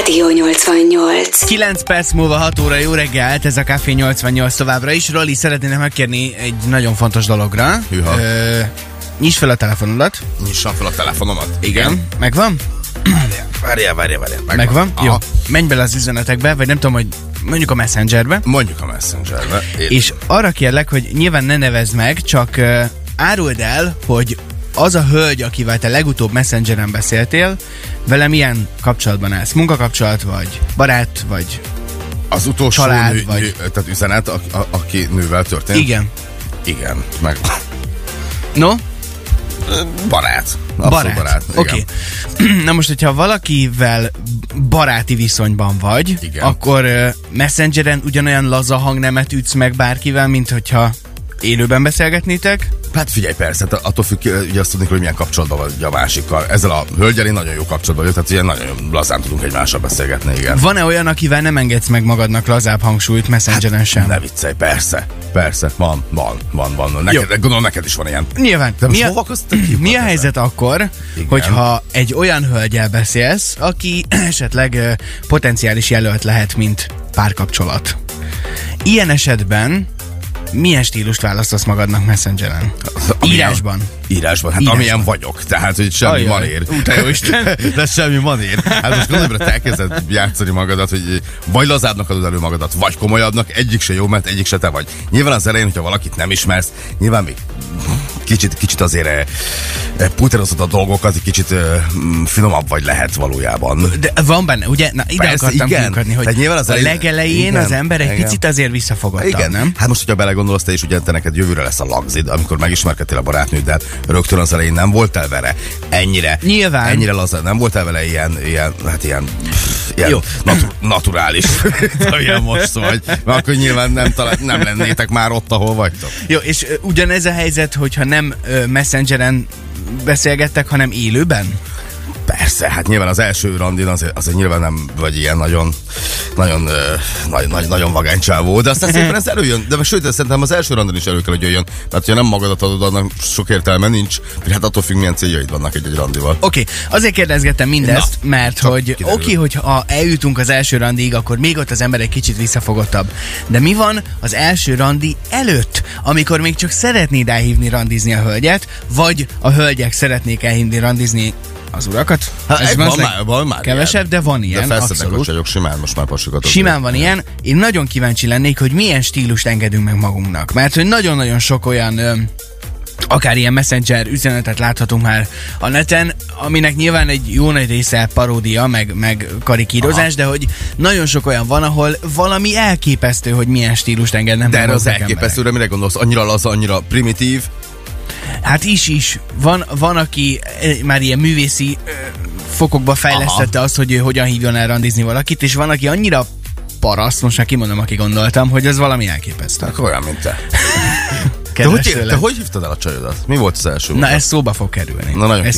Rádió 88. 9 perc múlva 6 óra, jó reggelt, ez a Café 88 továbbra is. Roli, szeretném megkérni egy nagyon fontos dologra. Nyisd fel a telefonodat. Nyissam fel a telefonomat? Igen. Megvan? Várjál. Megvan? Jó. Menj bele az üzenetekbe, vagy nem tudom, hogy mondjuk a Messengerbe. Mondjuk a Messengerbe. És arra kérlek, hogy nyilván ne nevezd meg, csak áruld el, hogy az a hölgy, akivel te legutóbb Messengeren beszéltél, vele milyen kapcsolatban állsz? Munkakapcsolat, vagy barát, vagy az utolsó család, vagy tehát üzenet, aki nővel történt? Igen, meg... No? Barát. Abszolút barát. Oké. Na most, hogyha valakivel baráti viszonyban vagy, igen, akkor Messengeren ugyanolyan laza hangnemet ütsz meg bárkivel, mint hogyha élőben beszélgetnétek? Hát figyelj, persze, attól függ, ugye azt tudni, hogy milyen kapcsolatban vagy a másikkal. Ezzel a hölgyel én nagyon jó kapcsolatban vagyok, tehát ugye nagyon lazán tudunk egymással beszélgetni, igen. Van-e olyan, akivel nem engedsz meg magadnak lazább hangsúlyt Messengeren sem? Ne viccelj, persze, van. Gondolom neked is van ilyen. Nyilván. De mi a helyzet akkor, igen, hogyha egy olyan hölgyel beszélsz, aki esetleg potenciális jelölt lehet, mint párkapcsolat? Ilyen esetben milyen stílust választasz magadnak Messengeren? Írásban, hát amilyen vagyok. Tehát, hogy semmi manér. De semmi manér. Hát most gondolom, hogy te elkezded játszani magadat, hogy vagy lazábbnak adod elő magadat, vagy komolyabbnak, egyik se jó, mert egyik se te vagy. Nyilván az elején, hogyha valakit nem ismersz, nyilván még kicsit azért puterozod a dolgokat, egy kicsit finomabb vagy lehet valójában. De van benne, ugye? Na, ide persze, akartam kiukadni, hogy az a legelején az ember egy picit azért visszafogottabb, nem? Hát most, hogyha belegondolsz, te is ugye te neked jövőre lesz a lagzid, amikor megismerkedtél a barátnőddel, rögtön az elején nem voltál vele ennyire laza, nem voltál vele ilyen naturális, amilyen most vagy. Mert akkor nyilván nem lennétek már ott, ahol vagytok. Jó, és ugyanez a helyzet, hogyha nem Messengeren beszélgettek, hanem élőben? Persze, hát nyilván az első randin azért nyilván nem vagy ilyen nagyon vagány csávó, de aztán szépen ez előjön, de sőt, szerintem az első randin is elő kell, hogy jöjjön, mert ha nem magadat adod, annak sok értelme nincs, hát attól függ, milyen céljaid vannak egy randival. Oké, azért kérdezgettem mindezt, mert hogy hogyha eljutunk az első randig, akkor még ott az ember egy kicsit visszafogottabb. De mi van az első randi előtt, amikor még csak szeretnéd elhívni randizni a hölgyet, vagy a hölgyek szeretnék elhívni randizni az urakat? Ez van már kevesebb, de van ilyen. De abszolút. Vagyok, simán most már pasikat. Simán van ilyen. Én nagyon kíváncsi lennék, hogy milyen stílust engedünk meg magunknak. Mert hogy nagyon-nagyon sok olyan akár ilyen messenger üzenetet láthatunk már a neten, aminek nyilván egy jó nagy része paródia, meg karikírozás, de hogy nagyon sok olyan van, ahol valami elképesztő, hogy milyen stílust engednek meg. De az elképesztőre mire gondolsz? Annyira laza, annyira primitív? Hát is. Van, aki már ilyen művészi fokokba fejlesztette azt, hogy ő hogyan hívjon el randizni valakit, és van, aki annyira paraszt, most már kimondom, aki gondoltam, hogy ez valami elképesztő. Akkor olyan, mint te. Te hogy hívtad el a csajodat? Mi volt az első? Na, ez szóba fog kerülni.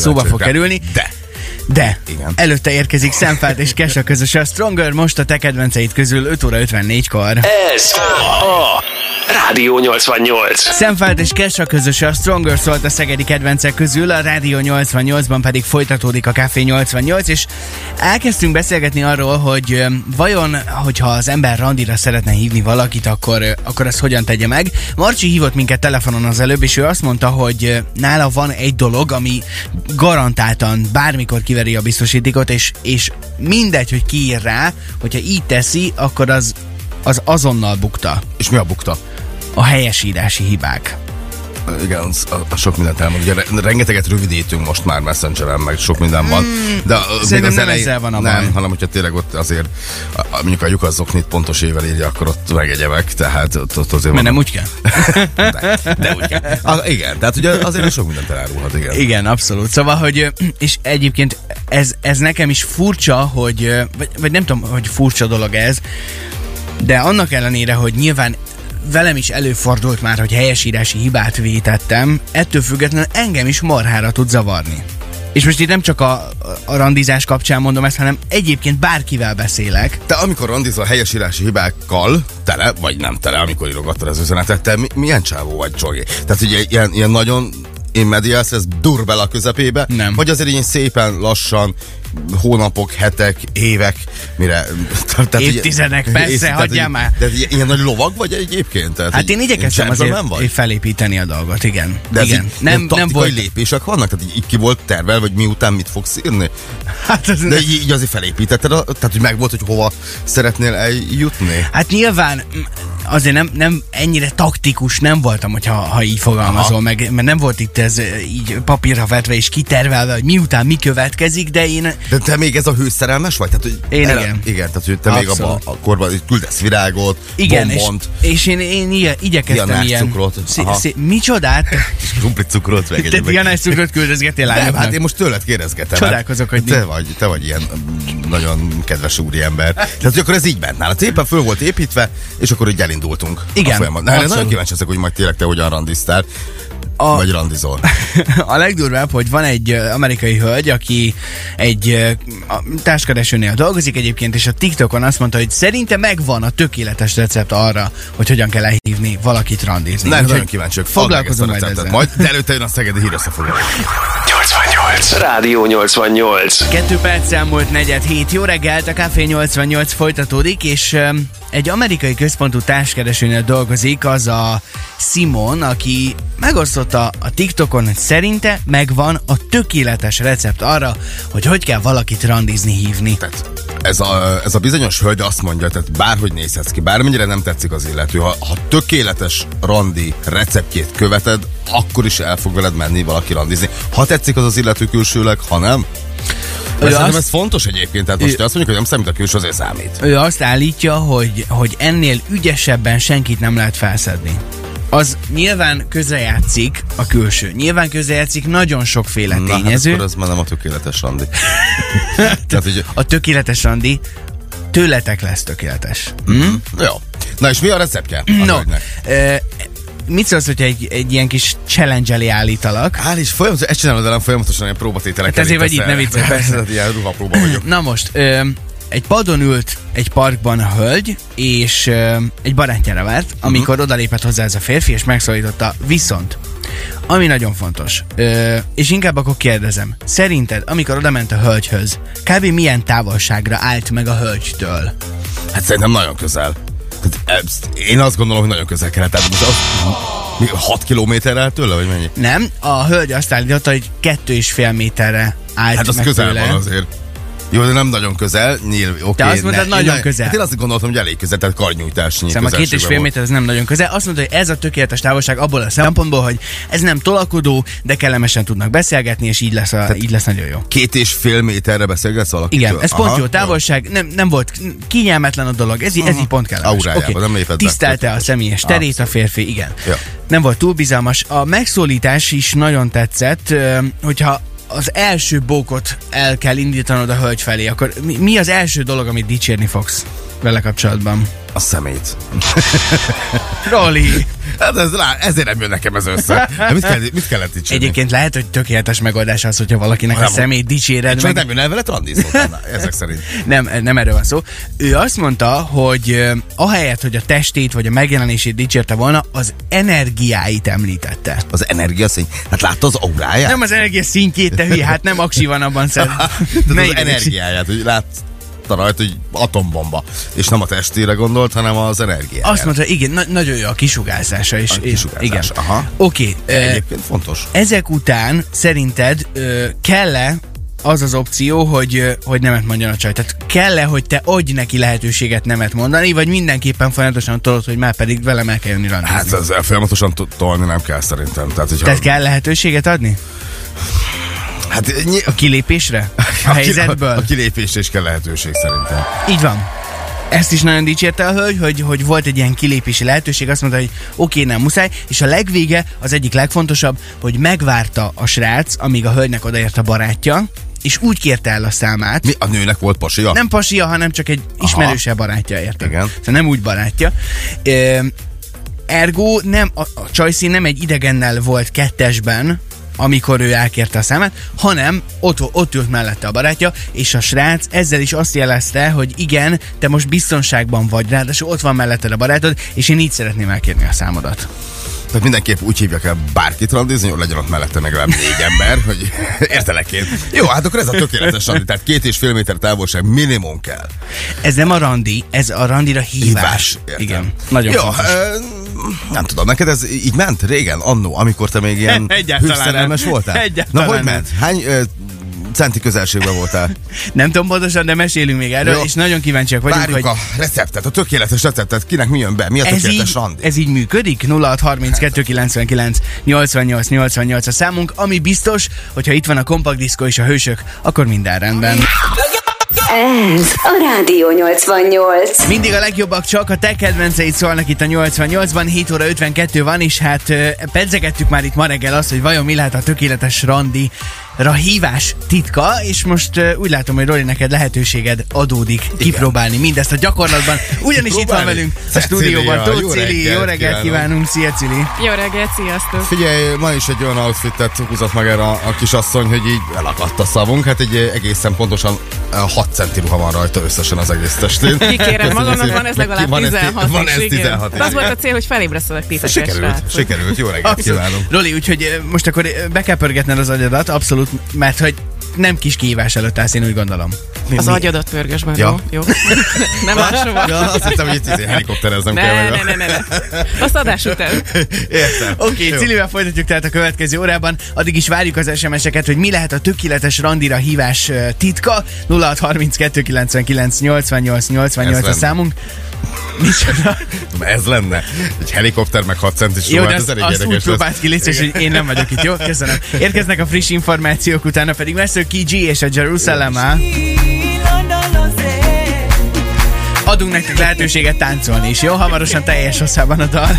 De igen. Előtte érkezik Szemfeld és Kesha közös a Stronger, most a te kedvenceid közül 5 óra 54-kor. Ez a Rádió 88. Szemfeld és Kesha közös a Stronger szólt a szegedi kedvencek közül, a Rádió 88-ban pedig folytatódik a Café 88, és elkezdtünk beszélgetni arról, hogy vajon, hogyha az ember randira szeretne hívni valakit, akkor azt hogyan tegye meg. Marcsi hívott minket telefonon az előbb, és ő azt mondta, hogy nála van egy dolog, ami garantáltan bármikor kiveri a biztosítékot, és mindegy, hogy ki ír rá, hogyha így teszi, akkor az azonnal bukta. És mi a bukta? A helyesírási hibák. Igen, a sok mindent elmond. Ugye rengeteget rövidítünk most már Messengeren, meg sok minden van. De szerintem nem ezzel van a baj. Nem, hanem hogyha tényleg ott azért mondjuk a lyukazzoknit pontos évvel írja, akkor ott megegyevek, tehát ott azért mert nem úgy kell? de úgy kell. Igen, tehát ugye azért sok mindent elárulhat, igen. Igen, abszolút. Szóval, hogy és egyébként ez nekem is furcsa, hogy vagy nem tudom, hogy furcsa dolog ez, de annak ellenére, hogy nyilván velem is előfordult már, hogy helyesírási hibát vétettem, ettől függetlenül engem is marhára tud zavarni. És most itt nem csak a randizás kapcsán mondom ezt, hanem egyébként bárkivel beszélek. Te amikor randizol helyesírási hibákkal, tele, vagy nem tele, amikor írogattad az üzenetet, te milyen csávó vagy, Csogi? Tehát ugye ilyen nagyon in medias, ez dur bele a közepébe, nem. Vagy azért így szépen, lassan, hónapok, hetek, évek, mire... Évtizedek, persze, hagyjál már. De ilyen nagy lovag vagy egyébként? Tehát, hát én igyekeztem azért felépíteni a dolgot, igen. De igen. Nem volt lépések vannak? Tehát így ki volt tervel, vagy miután mit fogsz írni? Hát de így azért felépítetted, tehát hogy megvolt, hogy hova szeretnél eljutni? Hát nyilván azért nem ennyire taktikus nem voltam, ha így fogalmazol meg, mert nem volt itt ez így papírra vetve és kitervelve, hogy miután mi következik, de én... De te még ez a hőszerelmes vagy? Tehát, hogy én igen. Igen, tehát hogy te abszolút. Még abban a korban küldesz virágot, igen, bombont. És én igyekeztem ilyen... cukrot. Micsodát? Krumplicukrot meg te dianás cukrot küldözgetél lányoknak? Hát én most tőled kérdezgetem. Csodálkozok, hogy te vagy ilyen nagyon kedves úriember. Tehát, hogy akkor ez így ment nálad. Szépen föl volt építve, és akkor így elindultunk. Igen. Nagyon kíváncsi ezek, hogy majd tényleg te hogyan randiztál. Vagy randizol. A legdurvább, hogy van egy amerikai hölgy, aki egy társkeresőnél dolgozik egyébként, és a TikTokon azt mondta, hogy szerinte megvan a tökéletes recept arra, hogy hogyan kell elhívni valakit randizni. Nagyon kíváncsiak. Foglalkozom majd ezzel. Majd, de előtte jön a szegedi hírösszefoglaló. 88. Rádió 88. 2 perc elmúlt 4:07. Jó reggelt, a Café 88 folytatódik, és egy amerikai központú társkeresőnél dolgozik az a Simon, aki megosztotta a TikTokon, hogy szerinte megvan a tökéletes recept arra, hogy kell valakit randizni hívni. Tehát ez a bizonyos hölgy azt mondja, tehát bárhogy nézhetsz ki, bármennyire nem tetszik az illető, ha tökéletes randi receptjét követed, akkor is el fog veled menni valaki randizni. Ha tetszik az illető külsőleg, ha nem, ez fontos egyébként, tehát most azt mondjuk, hogy nem számít a külső, azért számít. Ő azt állítja, hogy ennél ügyesebben senkit nem lehet felszedni. Az nyilván közrejátszik a külső. Nyilván közrejátszik nagyon sokféle tényező. Hát akkor az már nem a tökéletes randi. Tehát, hogy... A tökéletes randi tőletek lesz tökéletes. Jó. Na és mi a receptje? Mit szólsz, hogyha egy ilyen kis challenge elé állítalak? Folyamatosan, ezt csinálod velem folyamatosan ilyen próbatételek. Hát ezért vagy itt, ne viccelj. Persze, ilyen ruhapróba vagyok. Na most, egy padon ült egy parkban a hölgy, és egy barátjára várt, amikor odalépett hozzá ez a férfi, és megszólította, viszont, ami nagyon fontos, és inkább akkor kérdezem, szerinted, amikor odament a hölgyhöz, kb. Milyen távolságra állt meg a hölgytől? Hát szerintem nagyon közel. Én azt gondolom, hogy nagyon közel kellett. Tehát 6 kilométerrel tőle, vagy mennyi? Nem, a hölgy azt állította, hogy 2,5 méterre állt hát az meg közel tőle. van azért. Jó, de nem nagyon közel. Te azt mondtad, nagyon közel. Hát én azt gondoltam, hogy elég közel, tehát karnyújtásnyi közelségben. A 2,5 méter ez nem nagyon közel. Azt mondta, hogy ez a tökéletes távolság abból a szempontból, hogy ez nem tolakodó, de kellemesen tudnak beszélgetni, és így lesz nagyon jó. 2,5 méterre beszélgetsz valakitől? Igen, ez pont jó távolság, nem volt kényelmetlen a dolog, ez így pont kellemes. Aurájába, nem lépett be. Tisztelte a személyes terét a férfi, igen. Ja. Nem volt túl bizalmas. A megszólítás is nagyon tetszett, hogyha az első bókot el kell indítanod a hölgy felé, akkor mi az első dolog, amit dicsérni fogsz vele kapcsolatban? A szemét. Roli! Hát ezért nem jön nekem ez össze. Mit kellett dicsérni? Egyébként lehet, hogy tökéletes megoldás az, hogyha valakinek a szemét dicséred. Csak nem jön el veled randizni, ezek szerint. Nem erről van szó. Ő azt mondta, hogy ahelyett, hogy a testét vagy a megjelenését dicsérte volna, az energiáit említette. Az energia szint? Hát látta az auráját? Nem az energia szintjét, te hülye, hát nem aksi van abban szerintem. Az energiáját, hogy rajta, hogy atombomba. És nem a testére gondolt, hanem az energiájára. Azt mondta, igen, nagyon jó a kisugárzása. Igen. Aha. Oké. Egyébként fontos. Ezek után szerinted kell-e az opció, hogy nemet mondjon a csaj? Tehát kell-e, hogy te adj neki lehetőséget nemet mondani, vagy mindenképpen folyamatosan tudod, hogy már pedig velem el kell jönni randizni? Hát ezzel folyamatosan tolni nem kell szerintem. Tehát kell lehetőséget adni? Hát, a kilépésre? A helyzetből? A kilépésre is kell lehetőség szerintem. Így van. Ezt is nagyon dicsérte a hölgy, hogy volt egy ilyen kilépési lehetőség, azt mondta, hogy oké, nem muszáj, és a legvége, az egyik legfontosabb, hogy megvárta a srác, amíg a hölgynek odaért a barátja, és úgy kérte el a számát. Mi? A nőnek volt pasia? Nem pasia, hanem csak egy ismerősebb barátja, érted? Igen. Szóval nem úgy barátja. Ergo nem, a csajszín nem egy idegennel volt kettesben, amikor ő elkérte a számát, hanem ott ült mellette a barátja, és a srác ezzel is azt jelezte, hogy igen, te most biztonságban vagy, ráadásul ott van melletted a barátod, és én így szeretném elkérni a számodat. Tehát mindenképp úgy hívják el bárkit randizni, hogy legyen ott mellette legalább 4 ember, hogy értelek én. Jó, hát akkor ez a tökéletes randi, tehát 2,5 méter távolság minimum kell. Ez nem a randi, ez a randira hívás. Igen. Nagyon jó, fontos. Nem tudom, neked ez így ment régen, annó, amikor te még ilyen hűszerelmes voltál? Egyáltalán Na, hogy nem. ment? Hány centi közelségben voltál? Nem tudom pontosan, de mesélünk még erről, Jó. és nagyon kíváncsiak vagyunk, Várjuk hogy a receptet, a tökéletes receptet, kinek mi jön be, mi a tökéletes randi? ez így működik? 0632 99 88 88 a számunk, ami biztos, hogyha itt van a Kompakt Diszkó és a Hősök, akkor minden rendben. Ez a Rádió 88. Mindig a legjobbak, csak a te kedvenceid szólnak itt a 88-ban, 7 óra 52 van, és hát pedzegettük már itt ma reggel azt, hogy vajon mi lehet a tökéletes randira hívás titka, és most úgy látom, hogy Roli, neked lehetőséged adódik kipróbálni mindezt a gyakorlatban, ugyanis itt van velünk a stúdióban Tóth Cili, jó reggelt kívánunk, szia Cili! Jó reggelt, sziasztok! Figyelj, ma is egy olyan outfitet húzott meg erre a kisasszony, hogy így elakadt a szavunk, hát egy egészen pontosan 6 centi ruha van rajta összesen az egész testén. Kikérem magamnak, van ez legalább 16 Van ez 16 Az volt a cél, hogy felébresztelek titeket. Sikerült, jó reggelt kívánunk. Roli, úgyhogy most akkor be kell pörgetned az agyadat, abszolút, mert hogy nem kis kihívás előtt állsz, én úgy gondolom. Az agyadat pörgesben, Ja. jó? Nem máshova. Ja, azt hittem, hogy itt helikoptereznem kell meg. Ne. Azt adás után. Értem. Oké, Cilivel folytatjuk tehát a következő órában, addig is várjuk az SMS-eket, hogy mi lehet a tökéletes randira hívás titka. 0632 99 88 88 a számunk. Micsoda? Ez lenne. Egy helikopter meg 6 centis Jó, ruha, de ez elég azt úgy érdekes lesz. próbált ki, légy szíves, hogy én nem vagyok itt, jó? Köszönöm. Érkeznek a friss információk, utána pedig Mr. KG és a Jerusalem. Adunk nektek lehetőséget táncolni is, jó? Hamarosan teljes hosszában a dal.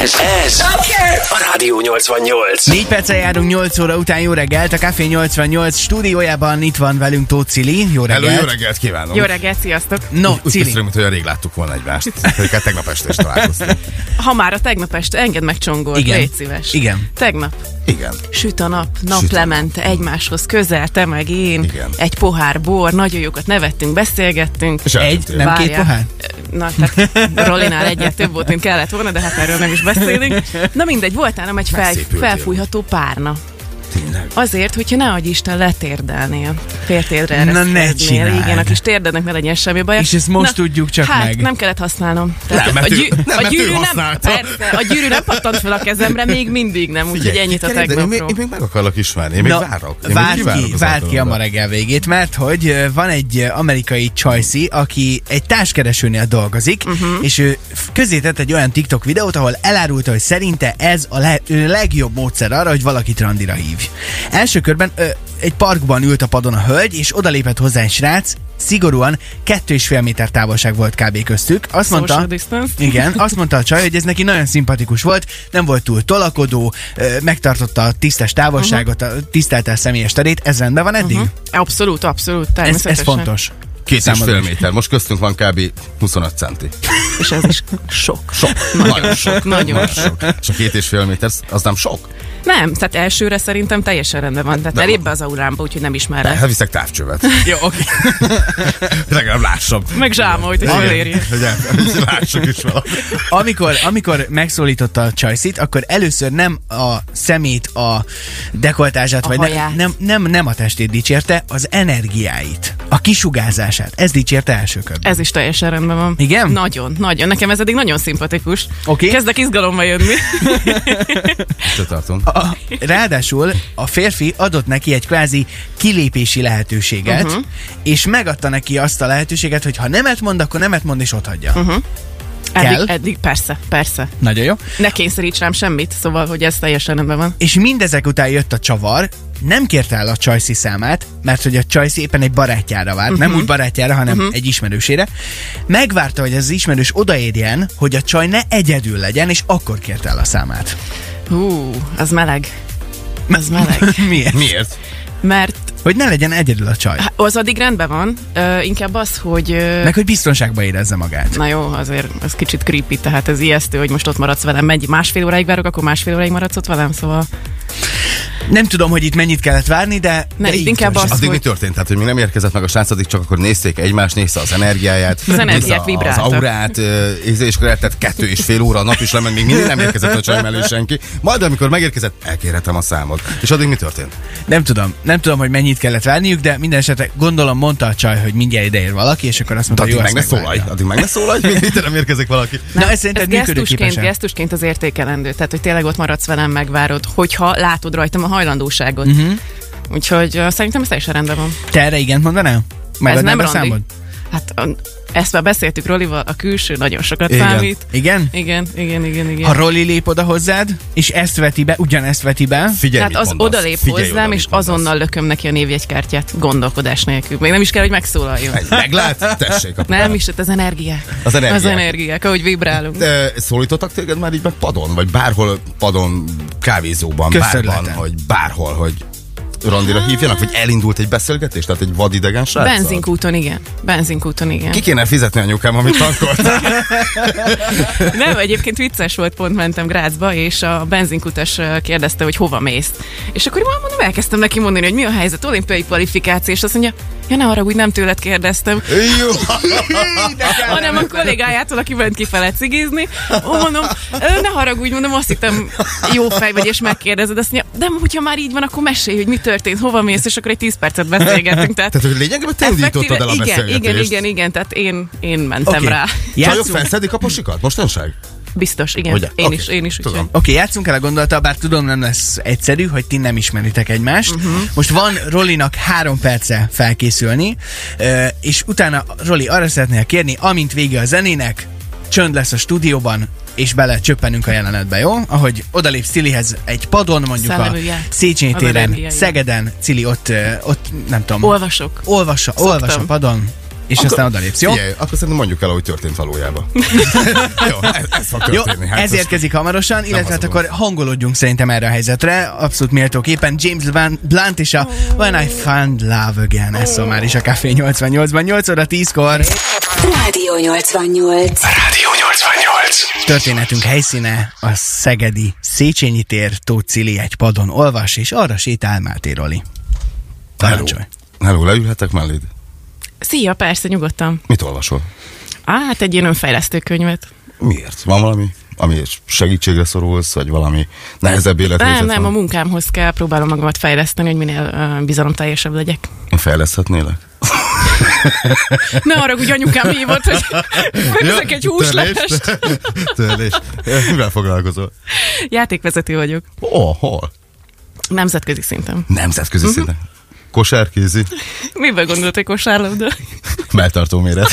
Ez a Rádió 88. 4 perccel járunk 8 óra után, jó reggelt. A Café 88 stúdiójában itt van velünk Tóth Cili. Jó reggelt. Hello, jó reggelt kívánok. Jó reggelt, sziasztok! No, Úgy Cili. köszönöm, hogy olyan rég láttuk volna egymást. Hogy tegnap este is találkoztunk. Ha már a tegnap este, engedd meg Csongor, Igen. légy szíves. Igen. Tegnap Igen. süt a nap, Süt a naplemente egymáshoz közel, te meg én, Igen. egy pohár bor, nagyon jókat nevettünk, beszélgettünk. És Egy, eltűntél. nem két Várjál. pohár? Na, tehát Rolinál egyet több volt, mint kellett volna, de hát erről nem is beszélünk. Na mindegy, volt nálam egy Megszépültél. felfújható párna. Tényleg. Azért, hogyha ne adj Isten letérdelnél. Féltérdre Na, ne ereszkednél. csináld. Igen, a kis térdednek ne legyen semmi baj. És ezt most tudjuk csak hát, meg. nem kellett használnom. Nem, mert ő- nem, a mert ő gyűrű nem, használta. persze, a gyűrű nem pattant fel a kezemre, még mindig nem, úgyhogy ennyit a Figyelj, de tegnapról. én még meg akarlak ismerni, én még várok. Én még kivárok az Várd ki a alkalomra. ma reggel végét, mert hogy van egy amerikai csajszi, aki egy társkeresőnél dolgozik, és ő közzétett egy olyan TikTok videót, ahol elárulta, hogy szerinte ez a legjobb módszer arra, hogy valakit randira hívj. Első körben egy parkban ült a padon a hölgy, és odalépett hozzá egy srác, szigorúan 2,5 méter távolság volt kb. Köztük. Azt mondta, Social distance. igen, azt mondta a csaj, hogy ez neki nagyon szimpatikus volt, nem volt túl tolakodó, megtartotta a tisztes távolságot, tisztelte a személyes terét, ez rendben van eddig? Abszolút, abszolút, Ez természetesen. fontos. 2,5 méter, most köztünk van kb. 25 centi. És ez is sok. Sok. Nagyon sok. Nagyon sok. És a 2,5 méter, az nem sok? Nem, tehát elsőre szerintem teljesen rendben van. Tehát De elébb van. be az aurámba, úgyhogy nem ismerlek. Hát viszek távcsövet. Jó, oké. Legalább lássam. Meg zsámolt, hogy elérje. Hogy lássuk is valami. Amikor megszólította a csajszit, akkor először nem a szemét, a dekoltázsát, A vagy haját. nem a testét dicsérte, az energiáit, a kisugárzását. Ez dicsérte első körben. Ez is teljesen rendben van. Igen? Nagyon, nagyon. Nekem ez eddig nagyon szimpatikus. Oké. Kezdek izgalomba jönni. Itt tartunk. Ráadásul a férfi adott neki egy kvázi kilépési lehetőséget, és megadta neki azt a lehetőséget, hogy ha nemet mond, akkor nemet mond, és otthagyja. Kell? Eddig persze. Nagyon jó. Ne kényszeríts rám semmit, szóval, hogy ez teljesen rendben van. És mindezek után jött a csavar, nem kérte el a Csajci számát, mert hogy a Csajci éppen egy barátjára várt, nem úgy barátjára, hanem egy ismerősére. Megvárta, hogy ez az ismerős odaérjen, hogy a csaj ne egyedül legyen, és akkor kérte el a számát. Az meleg. Az meleg. Miért? Miért? Mert Hogy ne legyen egyedül a csaj. az addig rendben van, inkább az, hogy... Meg hogy biztonságban érezze magát. Na jó, azért ez kicsit creepy, tehát ez ijesztő, hogy most ott maradsz velem. Másfél óráig várok, akkor másfél óráig maradsz ott velem, szóval... Nem tudom, hogy itt mennyit kellett várni, de itt inkább az, addig hogy... mi történt? Tehát, hogy még nem érkezett meg a srác, addig csak akkor nézték egymást, nézte az energiáját, Az energiák nézte az vibráltak. aurát, és akkor eltett 2,5 óra, a nap is lement, még mindig nem érkezett a csaj mellé senki. Majd amikor megérkezett, elkérhetem a számot. És addig mi történt? Nem tudom, hogy mennyit kellett várniuk, de minden esetre gondolom mondta a csaj, hogy mindjárt ideér valaki, és akkor azt mondta, Addig hogy jó, meg ne azt szólalj, megvárja. addig meg ne szólalj, még itt nem érkezik valaki. Na, ez szerinted működőképes-e? Gesztusként az értékelendő, tehát hogy tényleg ott maradsz velem, megvárod, hogyha látod rajtam a hajlandóságot. Úgyhogy szerintem ez teljesen rendben van. Te erre igent mondanál? Megadnád nem a randi. számod? Hát ezt már beszéltük Rolival, a külső nagyon sokat Igen. számít. Igen? Igen. Ha Roli lép oda hozzád, és ezt veti be, ugyanezt veti be, Figyelj, Hát mit az mondasz. odalép Figyelj hozzám, oda, és mit mondasz. azonnal lököm neki a névjegykártyát, gondolkodás nélkül. Még nem is kell, hogy megszólaljon. Meglát? Tessék. Nem is, az energiák. Az energiák. Az energiák, ahogy vibrálunk. De szólítottak téged már így meg padon? Vagy bárhol padon, kávézóban, Közterületen. bárban, hogy bárhol, hogy randira hívjanak? Vagy elindult egy beszélgetés? Tehát egy vadidegen sráccal? Benzinkúton, igen. Ki kéne fizetni anyukám, amit tankolt? Nem, egyébként vicces volt, pont mentem Grazba, és a benzinkutas kérdezte, hogy hova mész. És akkor mondom, elkezdtem neki mondani, hogy mi a helyzet, olimpiai kvalifikáció, és azt mondja, ja, ne haragudj, nem tőled kérdeztem, Jó. hanem a kollégájától, aki ment kifele cigizni. Mondom, ne haragudj, mondom, azt hittem, jó fej vagy, és megkérdezed. Azt mondja, de hogyha már így van, akkor mesélj, hogy mi történt, hova mész, és akkor egy 10 percet beszélgettünk. Tehát hogy lényegében te indítottad el a beszélgetést. igen, tehát én mentem rá. Csajok Játszunk. felszedik a posikat? Mostanság? Biztos, igen. Ugye? Én Oké, is. tudom. Úgyhogy. Oké, játszunk el a gondolattal, bár tudom, nem lesz egyszerű, hogy ti nem ismeritek egymást. Most van Rolinak 3 perce felkészülni, és utána Roli arra szeretnél kérni, amint vége a zenének, csönd lesz a stúdióban, és bele csöppenünk a jelenetbe, jó? Ahogy odalépsz Cilihez egy padon, mondjuk Szellemű a játsz. Széchenyi Az téren, energiája. Szegeden, Cili ott nem tudom. Olvasok. Olvas a padon, és aztán odalépsz, jó? Figyelj, akkor szerintem mondjuk el, hogy történt valójában. Jó, ez fog Jó, történni. ez érkezik hamarosan, illetve hát hazudom. akkor hangolódjunk szerintem erre a helyzetre. Abszolút méltóképpen James Blunt és a When I Found Love Again. Ez szól már is a Café 88-ban, 8 óra 10-kor. Rádió 88. Rádió 88. Történetünk helyszíne a szegedi Széchenyi tér, Tóth Cili egy padon olvas, és arra sétál Máté Roli. Parancsolj. Hello, leülhetek melléd? Szia, persze, nyugodtan. Mit olvasol? Hát egy ilyen önfejlesztő könyvet. Miért? Van valami, ami segítségre szorulsz, vagy valami nehezebb élethelyzet Nem, a van? munkámhoz kell, próbálom magamat fejleszteni, hogy minél bizalomteljesebb legyek. Én fejleszthetnélek? Ne arra, hogy anyukám hívott, hogy megveszek egy húslevest. Törlés. Mivel foglalkozol? Játékvezető vagyok. Hol? Nemzetközi szinten. Nemzetközi szinten. Kosárkézi. Miben gondolod, hogy kosárlabda? Melltartó méret.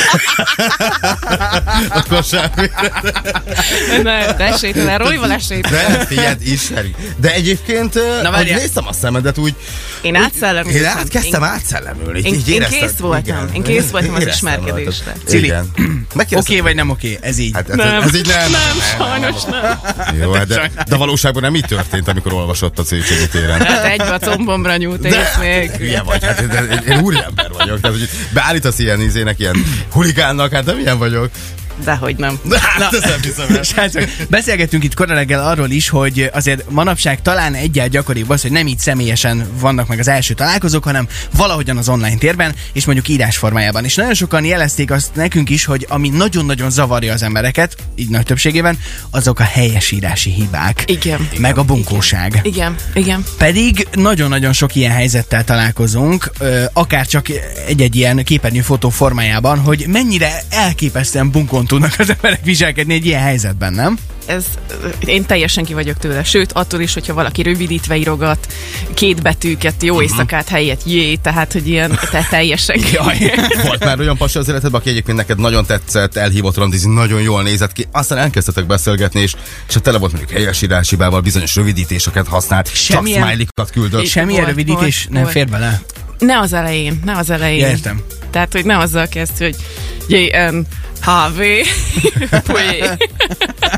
A kosárméret. Nem, esélytelen, Rolival esélytelen. De figyelj, ismerik. De egyébként, hogy várjál. néztem a szemedet úgy, Én átszellemültem. én kezdtem átszellemülni. Én Így éreztem. kész voltam. Igen. Én kész voltam az Éreztem ismerkedésre. rajtad. Cili. Igen. Oké vagy nem oké? Ez így. Hát Nem, ez így nem. sajnos nem. Jó, hát de valóságban nem így történt, amikor olvasott a Széchenyi téren. Hát egybe a combomra nyújt, ész nélkül. Hülye vagy, hát én úriember vagyok. Tehát, hogy beállítasz ilyen izének, ilyen huligánnak, hát nem ilyen vagyok. Dehogy nem. Hát ezt nem hiszem el. Srácok, beszélgettünk itt kora reggel arról is, hogy azért manapság talán egyel gyakoribb az, hogy nem így személyesen vannak meg az első találkozók, hanem valahogyan az online térben, és mondjuk írás formájában. És nagyon sokan jelezték azt nekünk is, hogy ami nagyon-nagyon zavarja az embereket, így nagy többségében, azok a helyesírási hibák. Igen. Meg a bunkóság. Igen. Pedig nagyon-nagyon sok ilyen helyzettel találkozunk, akár csak egy-egy ilyen képernyőfotó formájában, hogy mennyire elképesztően bunkón tudnak az emberek viselkedni egy ilyen helyzetben, nem? Én teljesen ki vagyok tőle. Sőt, attól is, hogyha valaki rövidítve írogat, 2 betűket, jó éjszakát helyett jé, tehát, hogy ilyen teljesen ki. Volt már olyan pasi az életedben, aki egyébként neked nagyon tetszett, elhívott randizni, nagyon jól nézett ki, aztán elkezdtetek beszélgetni, és tele volt mondjuk helyesírás hibával, bizonyos rövidítéseket használt, csak smiley-kat küldött. Semmilyen rövidítés nem fér bele? Ne az elején. Ja, értem. Tehát, hogy ne azzal kezd, hogy JNHV.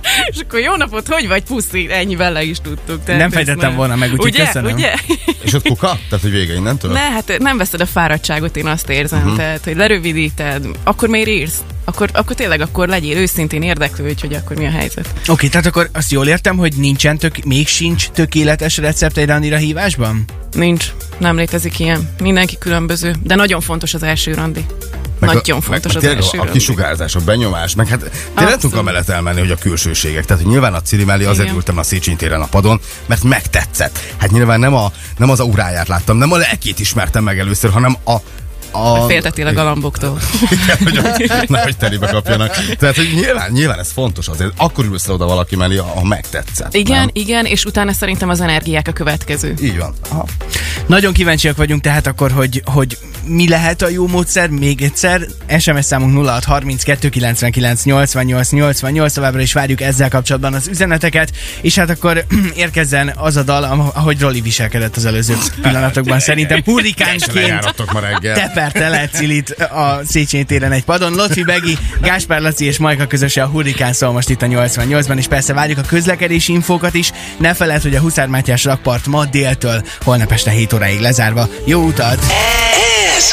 És akkor jó napot, hogy vagy, puszi? Ennyivel le is tudtuk. Tehát nem fejtettem volna meg, úgyhogy köszönöm. Ugye? És ott kuka? Tehát, hogy vége innentől? Ne, hát nem veszed a fáradtságot, én azt érzem. Tehát, hogy lerövidíted, akkor miért írsz? Akkor tényleg akkor legyél őszintén érdeklődj, hogy akkor mi a helyzet. Oké, tehát akkor azt jól értem, hogy még sincs tökéletes recept egy randira hívásban? Nincs, nem létezik ilyen. Mindenki különböző, de nagyon fontos az első randi. Nagyon fontos az első a kisugárzás, a benyomás, meg hát tényleg tudunk amellett elmenni, hogy a külsőségek. Tehát, hogy nyilván a Cili mellé azért ültem a Széchenyi téren a padon, mert megtetszett. Hát nyilván nem az auráját láttam, nem a lelkét ismertem meg először, hanem féltetél a galamboktól. Igen, hogy telébe kapjanak. Tehát, hogy nyilván ez fontos azért. Akkor ülsz oda valaki mellé, ha megtetszett. Igen, és utána szerintem az energiák a következő. Így van. Aha. Nagyon kíváncsiak vagyunk tehát akkor, hogy mi lehet a jó módszer, még egyszer. SMS számunk 0632 99 88 88, továbbra is várjuk ezzel kapcsolatban az üzeneteket, és hát akkor érkezzen az a dal, ahogy Roli viselkedett az előző pillanatokban. Szerintem hurrikánként teperte le Cilit a Széchenyi téren egy padon. Lotfi Begi, Gáspár Laci és Majka közösen a Hurrikán szól most itt a 88-ban, és persze várjuk a közlekedési infókat is. Ne feledd, hogy a Huszár Mátyás rakpart ma déltől holnap este 7 óráig lezárva. Jó utat! Ez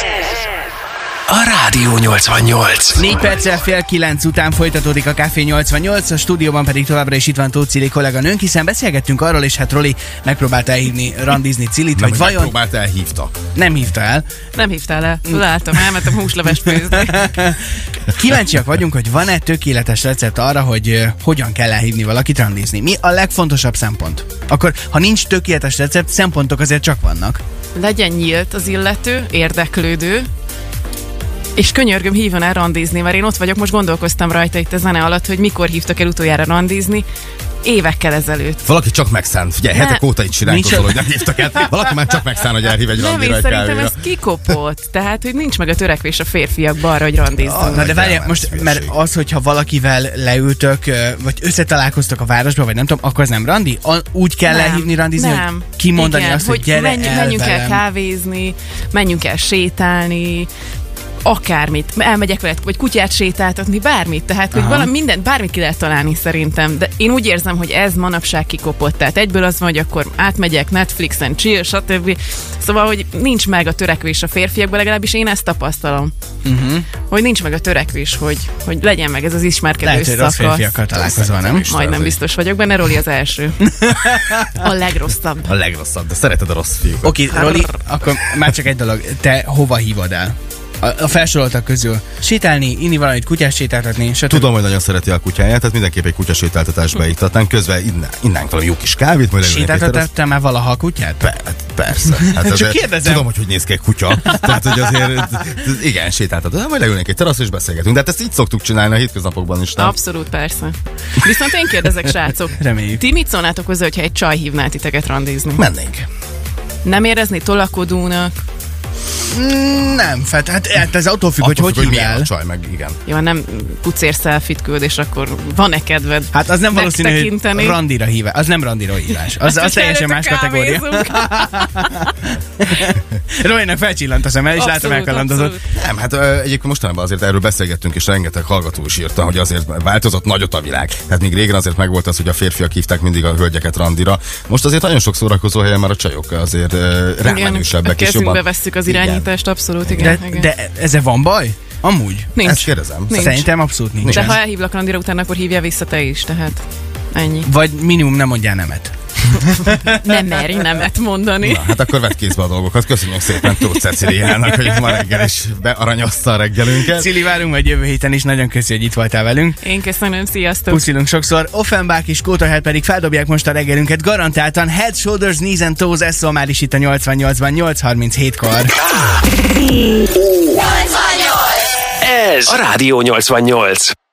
a Rádió 88. 4 perccel fél 9 után folytatódik a Café 88, a stúdióban pedig továbbra is itt van Tóth Cili kolléganőnk, hiszen beszélgettünk arról, és hát Roli megpróbált elhívni, randizni Cilit, nem, hogy vajon... Megpróbált, elhívta. Nem hívta el. Nem hívtál el. Láttam, elmentem húslevest főzni. Kíváncsiak vagyunk, hogy van-e tökéletes recept arra, hogy hogyan kell elhívni valakit randizni. Mi a legfontosabb szempont? Akkor, ha nincs tökéletes recept, szempontok azért csak vannak. Legyen nyílt az illető, érdeklődő, és könyörgöm, hívjon el randizni, mert én ott vagyok, most gondolkoztam rajta itt a zene alatt, hogy mikor hívtak el utoljára randizni. Évekkel ezelőtt. Valaki csak megszánt. Figyelj, hetek óta itt csinálkozol, hogy nem hívtak el. Valaki már csak megszán, hogy elhív egy randira, egy kávéra. Szerintem ez kikopott. Tehát, hogy nincs meg a törekvés a férfiakban arra, hogy randizzunk. Na de várjál, most, mert az, hogyha valakivel leültök, vagy összetalálkoztok a városba, vagy nem tudom, akkor az nem randi? Úgy kell elhívni randizni, hogy kimondani azt, hogy gyere menjünk el kávézni, menjünk el sétálni, akármit, elmegyek veled, vagy kutyát sétáltatni, bármit, tehát, hogy mindent, bármit ki lehet találni szerintem, de én úgy érzem, hogy ez manapság kikopott, tehát egyből az van, hogy akkor átmegyek Netflixen, chill, stb. Szóval, hogy nincs meg a törekvés a férfiakban, legalábbis én ezt tapasztalom. Hogy nincs meg a törekvés, hogy legyen meg ez az ismerkedő szakasz. Lehet, hogy rossz férfiakkal találkozol, nem? Majdnem biztos vagyok benne, Roli az első. A legrosszabb. A legrosszabb, de szereted a rossz fiúkat. Oké, Roli, akkor már csak egy dolog, te hova hívod el? A felsoroltak közül sétálni, inni valamit, kutyás sétáltatni, stb. Tudom, hogy nagyon szereti a kutyáját, tehát mindenképp egy kutyasétáltatásba beiktatnánk, közben innánk valami jó kis kávét, majd sétáltattál már valaha a kutyát? Persze. Hát csak kérdezem. Tudom, hogy néz ki egy kutya. Tehát, hogy azért igen, sétáltatod. Majd leülnénk egy teraszra és beszélgetünk. De hát ezt így szoktuk csinálni a hétköznapokban is, nem? Abszolút, persze. Viszont én kérdezek, srácok. Reméljük. Ti mit szólnátok hozzá, hogyha egy csaj hívnál titeket randizni? Mennénk. Nem érezni tolakodónak? Nem, hát ez attól függ, hogy hívjál. A csaj, meg igen. Jó, nem pucér selfie-t küld, és akkor van-e kedved? Hát az nem valószínű, hogy randira hívás. Az nem randira hívás. Az teljesen más kategória. Roynak felcsillant a szem el, és látom elkalandozott. Nem, hát egyébként mostanában azért erről beszélgettünk, és rengeteg hallgató is írta, hogy azért változott nagyot a világ. Tehát még régen azért megvolt az, hogy a férfiak hívták mindig a hölgyeket randira. Most azért nagyon sok szórakozó helyen már a csajok azért rámenősebbek és jobban. Vesszük az irányítást, abszolút, igen. De ezzel van baj? Amúgy? Nincs. Ezt kérdezem. Nincs. Szerintem abszolút nincs. De ha elhívlak randira utána, akkor hívja vissza te is, tehát ennyi. Vagy minimum nem mondjál nemet. Nem merj nemet mondani. Na, hát akkor vedd kézbe a dolgokat. Köszönjük szépen Tóth Ceciliának, hogy ma reggel is bearanyozta a reggelünket. Cili, várunk majd jövő héten is. Nagyon köszi, hogy itt voltál velünk. Én köszönöm, sziasztok. Puszilunk sokszor. Offenbach és Kótahead pedig feldobják most a reggelünket garantáltan. Head, Shoulders, Knees and Toes, ez szól már is itt a 88-ban, 8:37-kor. Ez a Rádió 88.